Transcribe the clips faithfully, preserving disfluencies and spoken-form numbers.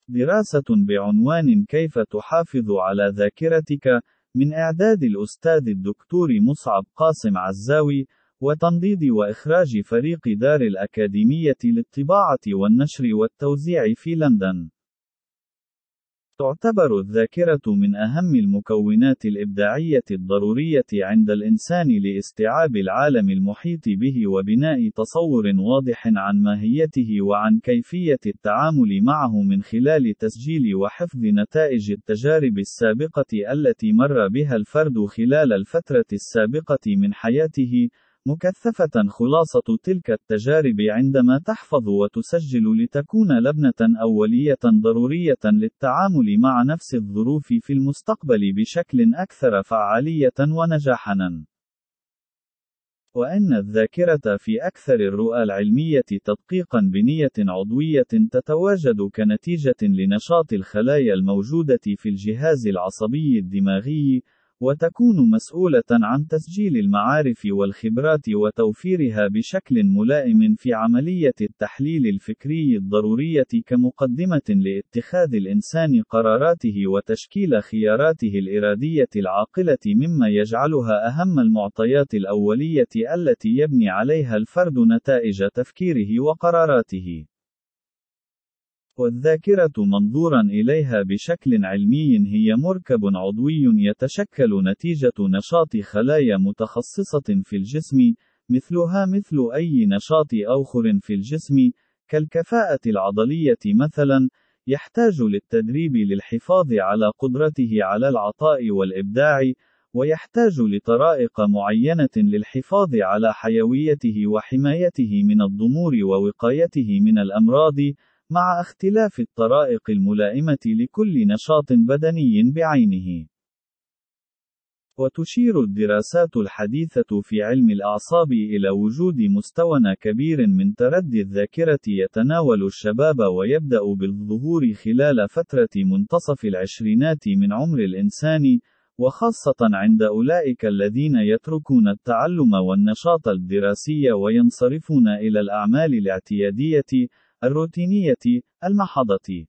دراسة بعنوان كيف تحافظ على ذاكرتك، من إعداد الأستاذ الدكتور مصعب قاسم عزاوي، وتنضيد وإخراج فريق دار الأكاديمية للطباعة والنشر والتوزيع في لندن. تعتبر الذاكرة من أهم المكونات الإبداعية الضرورية عند الإنسان لاستيعاب العالم المحيط به وبناء تصور واضح عن ماهيته وعن كيفية التعامل معه من خلال تسجيل وحفظ نتائج التجارب السابقة التي مر بها الفرد خلال الفترة السابقة من حياته، مكثفة خلاصة تلك التجارب عندما تحفظ وتسجل لتكون لبنة أولية ضرورية للتعامل مع نفس الظروف في المستقبل بشكل أكثر فعالية ونجاحًا. وإن الذاكرة في أكثر الرؤى العلمية تدقيقًا بنية عضوية تتواجد كنتيجة لنشاط الخلايا الموجودة في الجهاز العصبي الدماغي، وتكون مسؤولة عن تسجيل المعارف والخبرات وتوفيرها بشكل ملائم في عملية التحليل الفكري الضرورية كمقدمة لاتخاذ الإنسان قراراته وتشكيل خياراته الإرادية العاقلة، مما يجعلها أهم المعطيات الأولية التي يبني عليها الفرد نتائج تفكيره وقراراته. والذاكرة منظوراً إليها بشكل علمي هي مركب عضوي يتشكل نتيجة نشاط خلايا متخصصة في الجسم، مثلها مثل أي نشاط آخر في الجسم، كالكفاءة العضلية مثلاً، يحتاج للتدريب للحفاظ على قدرته على العطاء والإبداع، ويحتاج لطرائق معينة للحفاظ على حيويته وحمايته من الضمور ووقايته من الأمراض، مع اختلاف الطرائق الملائمة لكل نشاط بدني بعينه. وتشير الدراسات الحديثة في علم الأعصاب إلى وجود مستوى كبير من تردي الذاكرة يتناول الشباب ويبدأ بالظهور خلال فترة منتصف العشرينات من عمر الإنسان، وخاصة عند أولئك الذين يتركون التعلم والنشاط الدراسي وينصرفون إلى الأعمال الاعتيادية، الروتينية، المحضة.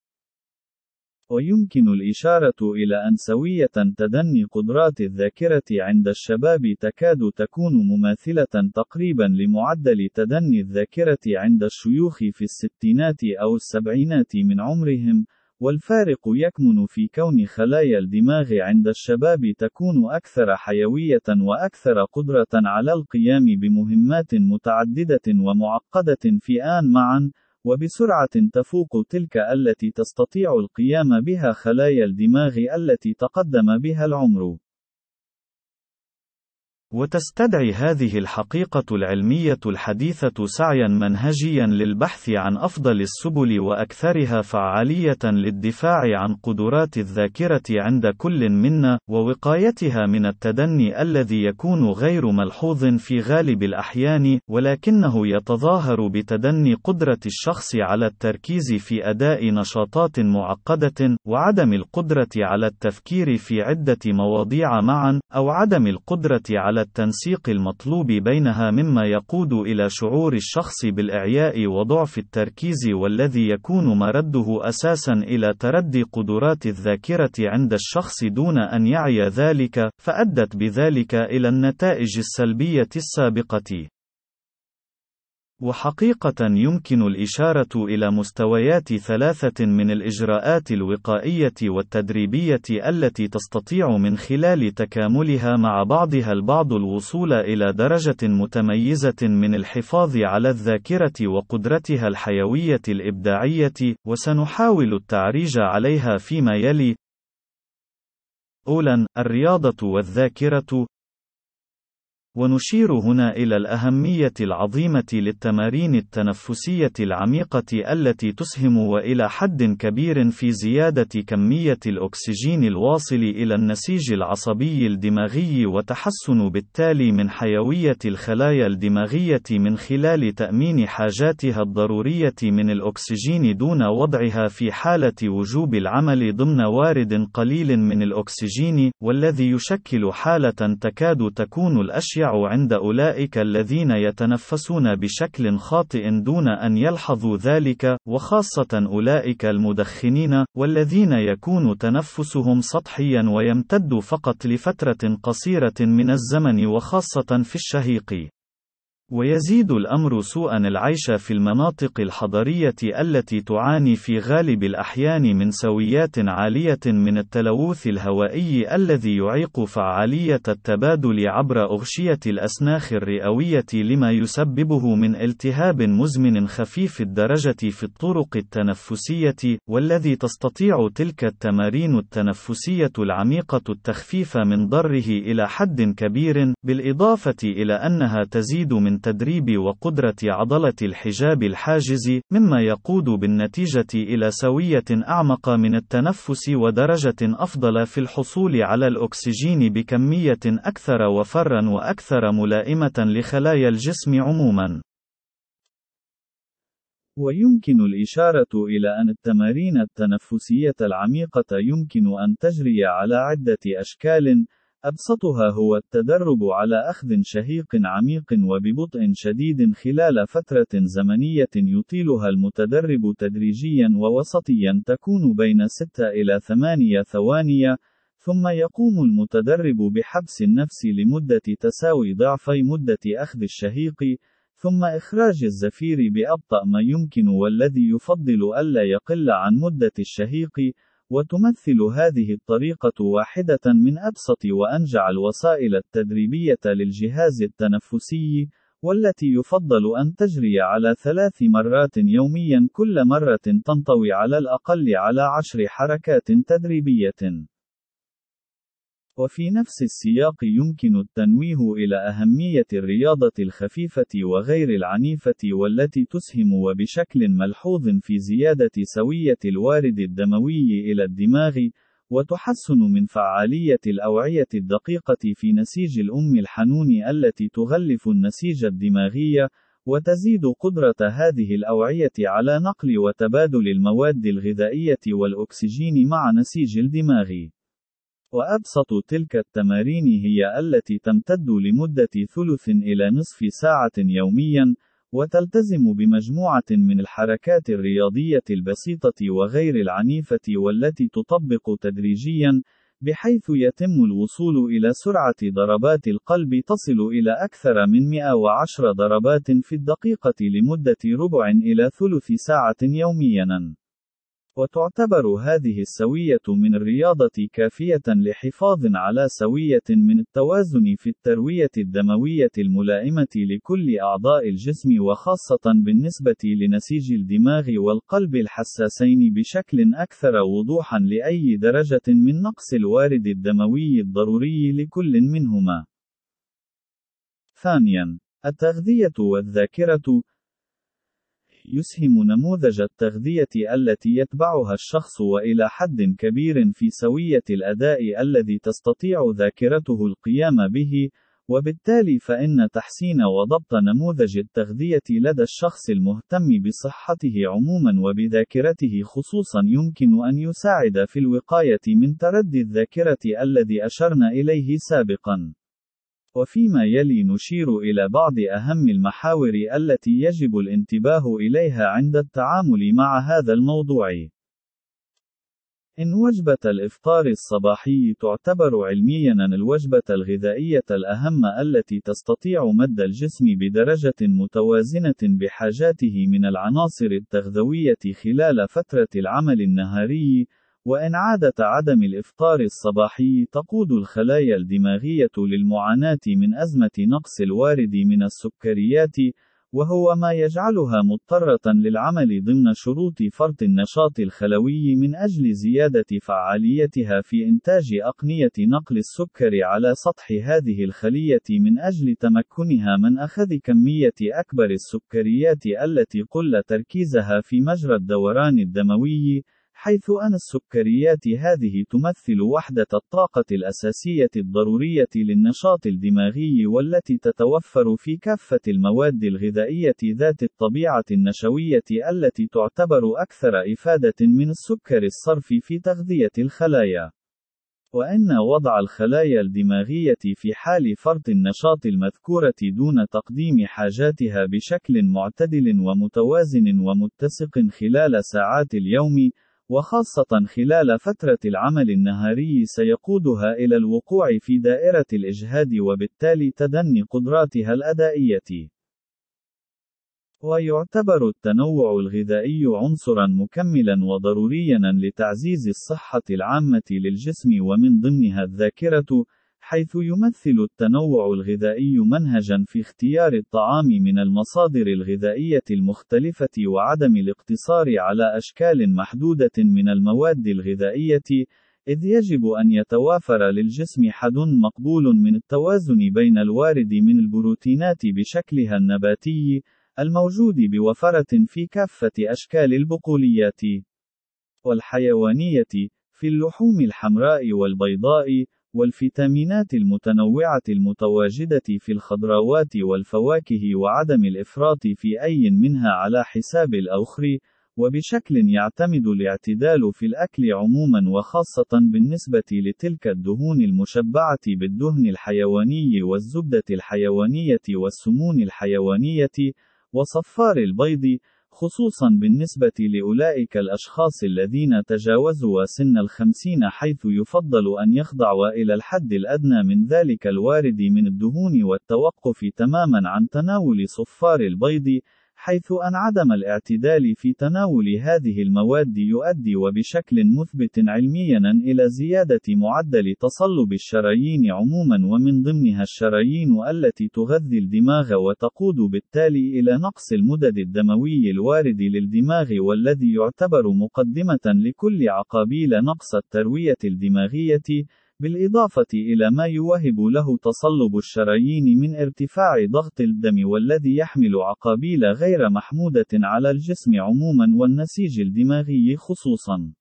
ويمكن الإشارة إلى أن سوية تدني قدرات الذاكرة عند الشباب تكاد تكون مماثلة تقريبا لمعدل تدني الذاكرة عند الشيوخ في الستينات أو السبعينات من عمرهم، والفارق يكمن في كون خلايا الدماغ عند الشباب تكون أكثر حيوية وأكثر قدرة على القيام بمهمات متعددة ومعقدة في آن معا، وبسرعة تفوق تلك التي تستطيع القيام بها خلايا الدماغ التي تقدم بها العمر. وتستدعي هذه الحقيقة العلمية الحديثة سعيًا منهجيًا للبحث عن أفضل السبل وأكثرها فعالية للدفاع عن قدرات الذاكرة عند كل منا، ووقايتها من التدني الذي يكون غير ملحوظ في غالب الأحيان، ولكنه يتظاهر بتدني قدرة الشخص على التركيز في أداء نشاطات معقدة، وعدم القدرة على التفكير في عدة مواضيع معًا، أو عدم القدرة على التنسيق المطلوب بينها، مما يقود إلى شعور الشخص بالإعياء وضعف التركيز، والذي يكون مرده أساسا إلى تردي قدرات الذاكرة عند الشخص دون أن يعي ذلك، فأدت بذلك إلى النتائج السلبية السابقة. وحقيقة يمكن الإشارة إلى مستويات ثلاثة من الإجراءات الوقائية والتدريبية التي تستطيع من خلال تكاملها مع بعضها البعض الوصول إلى درجة متميزة من الحفاظ على الذاكرة وقدرتها الحيوية الإبداعية، وسنحاول التعريج عليها فيما يلي. أولاً، الرياضة والذاكرة. ونشير هنا إلى الأهمية العظيمة للتمارين التنفسية العميقة التي تسهم وإلى حد كبير في زيادة كمية الأكسجين الواصل إلى النسيج العصبي الدماغي، وتحسن بالتالي من حيوية الخلايا الدماغية من خلال تأمين حاجاتها الضرورية من الأكسجين دون وضعها في حالة وجوب العمل ضمن وارد قليل من الأكسجين، والذي يشكل حالة تكاد تكون الأشياء تشع عند أولئك الذين يتنفسون بشكل خاطئ دون أن يلحظوا ذلك، وخاصة أولئك المدخنين، والذين يكون تنفسهم سطحيا ويمتد فقط لفترة قصيرة من الزمن وخاصة في الشهيق. ويزيد الأمر سوءًا العيش في المناطق الحضرية التي تعاني في غالب الأحيان من سويات عالية من التلوث الهوائي الذي يعيق فعالية التبادل عبر أغشية الأسناخ الرئوية، لما يسببه من التهاب مزمن خفيف الدرجة في الطرق التنفسية، والذي تستطيع تلك التمارين التنفسية العميقة التخفيف من ضره إلى حد كبير، بالإضافة إلى أنها تزيد من تدريب وقدرة عضلة الحجاب الحاجز، مما يقود بالنتيجة إلى سوية أعمق من التنفس ودرجة أفضل في الحصول على الأكسجين بكمية أكثر وفرًا وأكثر ملائمة لخلايا الجسم عمومًا. ويمكن الإشارة إلى أن التمارين التنفسية العميقة يمكن أن تجري على عدة أشكال، أبسطها هو التدرب على أخذ شهيق عميق وببطء شديد خلال فترة زمنية يطيلها المتدرب تدريجيا ووسطيا تكون بين ستة إلى ثمانية ثواني، ثم يقوم المتدرب بحبس النفس لمدة تساوي ضعفي مدة أخذ الشهيق، ثم إخراج الزفير بأبطأ ما يمكن، والذي يفضل ألا يقل عن مدة الشهيق. وتمثل هذه الطريقة واحدة من أبسط وأنجع الوسائل التدريبية للجهاز التنفسي، والتي يفضل أن تجري على ثلاث مرات يوميا، كل مرة تنطوي على الأقل على عشر حركات تدريبية. وفي نفس السياق يمكن التنويه إلى أهمية الرياضة الخفيفة وغير العنيفة، والتي تسهم وبشكل ملحوظ في زيادة سوية الوارد الدموي إلى الدماغ، وتحسن من فعالية الأوعية الدقيقة في نسيج الأم الحنون التي تغلف النسيج الدماغي، وتزيد قدرة هذه الأوعية على نقل وتبادل المواد الغذائية والأكسجين مع نسيج الدماغ. وأبسط تلك التمارين هي التي تمتد لمدة ثلث إلى نصف ساعة يوميا، وتلتزم بمجموعة من الحركات الرياضية البسيطة وغير العنيفة، والتي تطبق تدريجيا، بحيث يتم الوصول إلى سرعة ضربات القلب تصل إلى أكثر من مئة وعشرة ضربات في الدقيقة لمدة ربع إلى ثلث ساعة يوميا. وتعتبر هذه السوية من الرياضة كافية لحفاظ على سوية من التوازن في التروية الدموية الملائمة لكل أعضاء الجسم، وخاصة بالنسبة لنسيج الدماغ والقلب الحساسين بشكل أكثر وضوحا لأي درجة من نقص الوارد الدموي الضروري لكل منهما. ثانيا، التغذية والذاكرة. يسهم نموذج التغذية التي يتبعها الشخص وإلى حد كبير في سوية الأداء الذي تستطيع ذاكرته القيام به، وبالتالي فإن تحسين وضبط نموذج التغذية لدى الشخص المهتم بصحته عموما وبذاكرته خصوصا يمكن أن يساعد في الوقاية من تردي الذاكرة الذي أشرنا إليه سابقا. وفيما يلي نشير إلى بعض أهم المحاور التي يجب الانتباه إليها عند التعامل مع هذا الموضوع. إن وجبة الإفطار الصباحي تعتبر علمياً الوجبة الغذائية الأهم التي تستطيع مد الجسم بدرجة متوازنة بحاجاته من العناصر التغذوية خلال فترة العمل النهاري، وإن عادة عدم الإفطار الصباحي تقود الخلايا الدماغية للمعاناة من أزمة نقص الوارد من السكريات، وهو ما يجعلها مضطرة للعمل ضمن شروط فرط النشاط الخلوي من أجل زيادة فعاليتها في إنتاج أقنية نقل السكر على سطح هذه الخلية من أجل تمكنها من أخذ كمية أكبر السكريات التي قل تركيزها في مجرى الدوران الدموي، حيث أن السكريات هذه تمثل وحدة الطاقة الأساسية الضرورية للنشاط الدماغي، والتي تتوفر في كافة المواد الغذائية ذات الطبيعة النشوية التي تعتبر أكثر إفادة من السكر الصرف في تغذية الخلايا. وإن وضع الخلايا الدماغية في حال فرط النشاط المذكورة دون تقديم حاجاتها بشكل معتدل ومتوازن ومتسق خلال ساعات اليوم، وخاصة خلال فترة العمل النهاري، سيقودها إلى الوقوع في دائرة الإجهاد وبالتالي تدني قدراتها الأدائية. ويعتبر التنوع الغذائي عنصرًا مكملًا وضروريًا لتعزيز الصحة العامة للجسم ومن ضمنها الذاكرة، حيث يمثل التنوع الغذائي منهجًا في اختيار الطعام من المصادر الغذائية المختلفة وعدم الاقتصار على أشكال محدودة من المواد الغذائية، إذ يجب أن يتوافر للجسم حد مقبول من التوازن بين الوارد من البروتينات بشكلها النباتي الموجود بوفرة في كافة أشكال البقوليات والحيوانية، في اللحوم الحمراء والبيضاء، والفيتامينات المتنوعة المتواجدة في الخضروات والفواكه، وعدم الإفراط في أي منها على حساب الآخر، وبشكل يعتمد الاعتدال في الأكل عموما وخاصة بالنسبة لتلك الدهون المشبعة بالدهن الحيواني والزبدة الحيوانية والسمون الحيوانية وصفار البيض، خصوصا بالنسبة لأولئك الأشخاص الذين تجاوزوا سن الخمسين، حيث يفضل أن يخضعوا إلى الحد الأدنى من ذلك الوارد من الدهون والتوقف تماما عن تناول صفار البيض، حيث أن عدم الاعتدال في تناول هذه المواد يؤدي وبشكل مثبت علميا إلى زيادة معدل تصلب الشرايين عموما، ومن ضمنها الشرايين التي تغذي الدماغ، وتقود بالتالي إلى نقص المدد الدموي الوارد للدماغ، والذي يعتبر مقدمة لكل عقابيل نقص التروية الدماغية، بالإضافة إلى ما يوهب له تصلب الشرايين من ارتفاع ضغط الدم، والذي يحمل عقابيل غير محمودة على الجسم عموما والنسيج الدماغي خصوصا.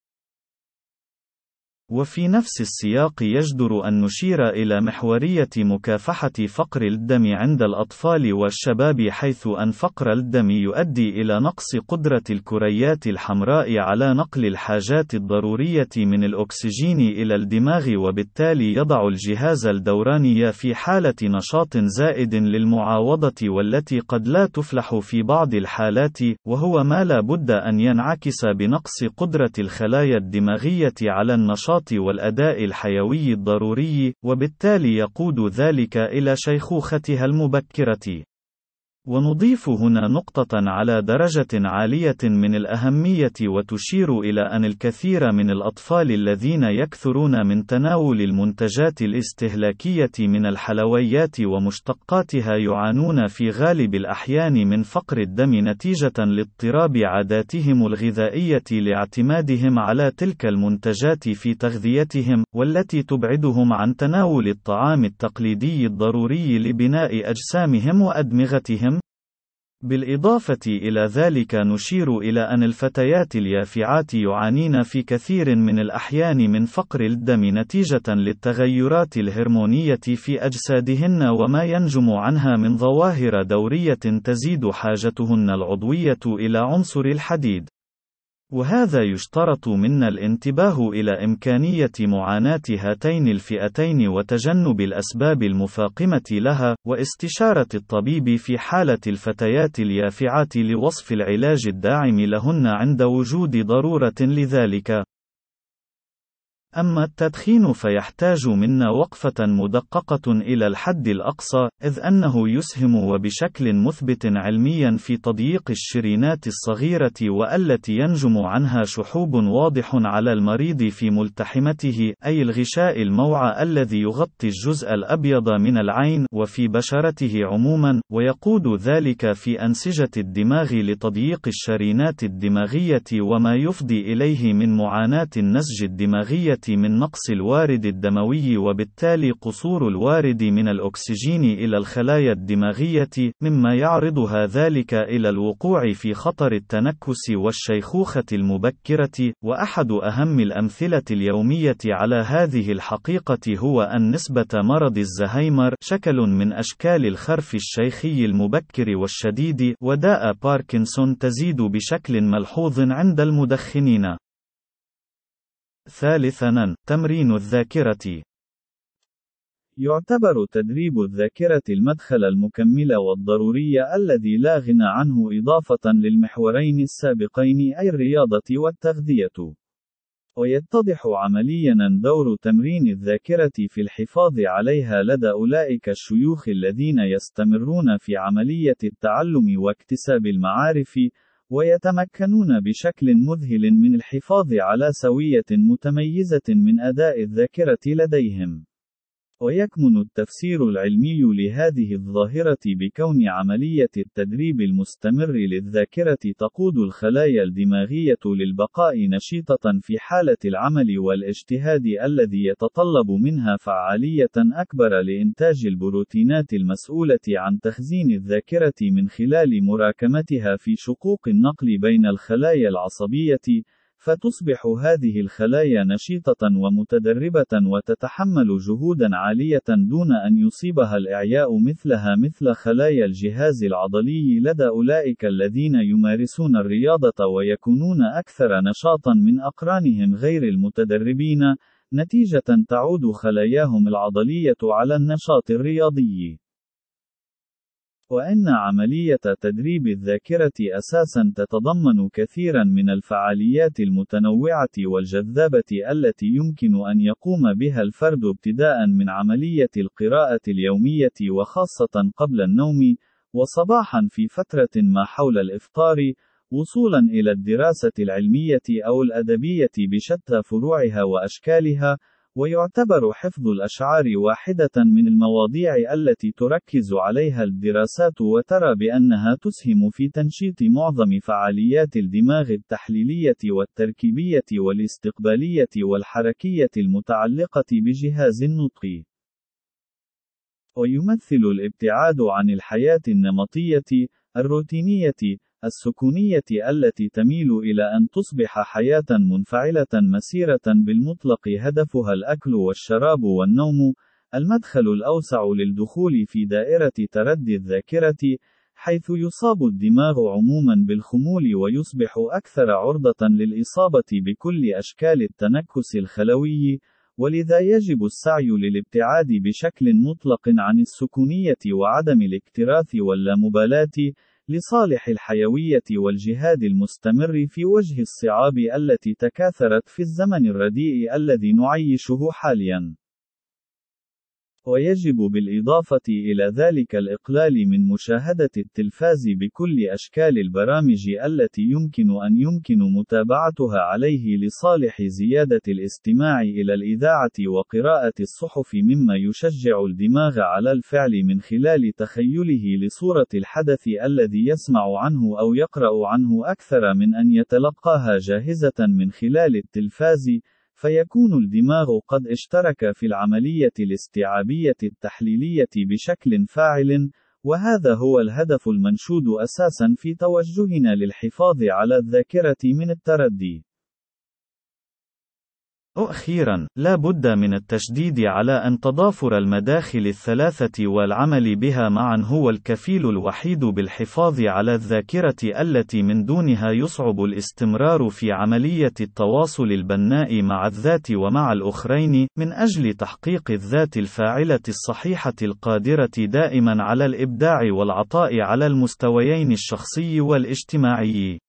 وفي نفس السياق يجدر أن نشير إلى محورية مكافحة فقر الدم عند الأطفال والشباب، حيث أن فقر الدم يؤدي إلى نقص قدرة الكريات الحمراء على نقل الحاجات الضرورية من الأكسجين إلى الدماغ، وبالتالي يضع الجهاز الدوراني في حالة نشاط زائد للمعاوضة، والتي قد لا تفلح في بعض الحالات، وهو ما لا بد أن ينعكس بنقص قدرة الخلايا الدماغية على النشاط والأداء الحيوي الضروري، وبالتالي يقود ذلك إلى شيخوختها المبكرة. ونضيف هنا نقطة على درجة عالية من الأهمية وتشير إلى أن الكثير من الأطفال الذين يكثرون من تناول المنتجات الاستهلاكية من الحلويات ومشتقاتها يعانون في غالب الأحيان من فقر الدم نتيجة لاضطراب عاداتهم الغذائية لاعتمادهم على تلك المنتجات في تغذيتهم، والتي تبعدهم عن تناول الطعام التقليدي الضروري لبناء أجسامهم وأدمغتهم. بالإضافة إلى ذلك نشير إلى أن الفتيات اليافعات يعانين في كثير من الأحيان من فقر الدم نتيجة للتغيرات الهرمونية في أجسادهن، وما ينجم عنها من ظواهر دورية تزيد حاجتهن العضوية إلى عنصر الحديد. وهذا يشترط منا الانتباه إلى إمكانية معاناة هاتين الفئتين وتجنب الأسباب المفاقمة لها، واستشارة الطبيب في حالة الفتيات اليافعات لوصف العلاج الداعم لهن عند وجود ضرورة لذلك. أما التدخين فيحتاج منا وقفة مدققة إلى الحد الأقصى، إذ أنه يسهم وبشكل مثبت علميا في تضييق الشرينات الصغيرة، والتي ينجم عنها شحوب واضح على المريض في ملتحمته، أي الغشاء الموعى الذي يغطي الجزء الأبيض من العين، وفي بشرته عموما، ويقود ذلك في أنسجة الدماغ لتضييق الشرينات الدماغية، وما يفضي إليه من معاناة النسج الدماغية من نقص الوارد الدموي، وبالتالي قصور الوارد من الأكسجين إلى الخلايا الدماغية، مما يعرضها ذلك إلى الوقوع في خطر التنكس والشيخوخة المبكرة. وأحد أهم الأمثلة اليومية على هذه الحقيقة هو أن نسبة مرض الزهايمر، شكل من أشكال الخرف الشيخي المبكر والشديد، وداء باركنسون، تزيد بشكل ملحوظ عند المدخنين. ثالثاً، تمرين الذاكرة. يعتبر تدريب الذاكرة المدخل المكمل والضروري الذي لا غنى عنه إضافة للمحورين السابقين أي الرياضة والتغذية. ويتضح عملياً دور تمرين الذاكرة في الحفاظ عليها لدى أولئك الشيوخ الذين يستمرون في عملية التعلم واكتساب المعارف، ويتمكنون بشكل مذهل من الحفاظ على سوية متميزة من أداء الذاكرة لديهم. ويكمن التفسير العلمي لهذه الظاهرة بكون عملية التدريب المستمر للذاكرة تقود الخلايا الدماغية للبقاء نشيطة في حالة العمل والاجتهاد الذي يتطلب منها فعالية أكبر لإنتاج البروتينات المسؤولة عن تخزين الذاكرة من خلال مراكمتها في شقوق النقل بين الخلايا العصبية، فتصبح هذه الخلايا نشيطة ومتدربة وتتحمل جهودا عالية دون أن يصيبها الإعياء مثلها مثل خلايا الجهاز العضلي لدى أولئك الذين يمارسون الرياضة ويكونون أكثر نشاطا من أقرانهم غير المتدربين، نتيجة تعود خلاياهم العضلية على النشاط الرياضي. وإن عملية تدريب الذاكرة أساساً تتضمن كثيراً من الفعاليات المتنوعة والجذابة التي يمكن أن يقوم بها الفرد ابتداءً من عملية القراءة اليومية وخاصة قبل النوم، وصباحاً في فترة ما حول الإفطار، وصولاً إلى الدراسة العلمية أو الأدبية بشتى فروعها وأشكالها. ويعتبر حفظ الأشعار واحدة من المواضيع التي تركز عليها الدراسات وترى بأنها تسهم في تنشيط معظم فعاليات الدماغ التحليلية والتركيبية والاستقبالية والحركية المتعلقة بجهاز النطق. ويمثل الابتعاد عن الحياة النمطية، الروتينية، السكونية التي تميل إلى أن تصبح حياة منفعلة مسيرة بالمطلق هدفها الأكل والشراب والنوم، المدخل الأوسع للدخول في دائرة تردي الذاكرة، حيث يصاب الدماغ عموما بالخمول ويصبح أكثر عرضة للإصابة بكل أشكال التنكس الخلوي. ولذا يجب السعي للابتعاد بشكل مطلق عن السكونية وعدم الاكتراث واللامبالاة، لصالح الحيوية والجهاد المستمر في وجه الصعاب التي تكاثرت في الزمن الرديء الذي نعيشه حاليا. ويجب بالإضافة إلى ذلك الإقلال من مشاهدة التلفاز بكل أشكال البرامج التي يمكن أن يمكن متابعتها عليه لصالح زيادة الاستماع إلى الإذاعة وقراءة الصحف، مما يشجع الدماغ على الفعل من خلال تخيله لصورة الحدث الذي يسمع عنه أو يقرأ عنه أكثر من أن يتلقاها جاهزة من خلال التلفاز، فيكون الدماغ قد اشترك في العملية الاستيعابية التحليلية بشكل فاعل، وهذا هو الهدف المنشود أساساً في توجهنا للحفاظ على الذاكرة من التردي. أخيراً، لا بد من التشديد على أن تضافر المداخل الثلاثة والعمل بها معاً هو الكفيل الوحيد بالحفاظ على الذاكرة التي من دونها يصعب الاستمرار في عملية التواصل البناء مع الذات ومع الآخرين، من أجل تحقيق الذات الفاعلة الصحيحة القادرة دائماً على الإبداع والعطاء على المستويين الشخصي والاجتماعي.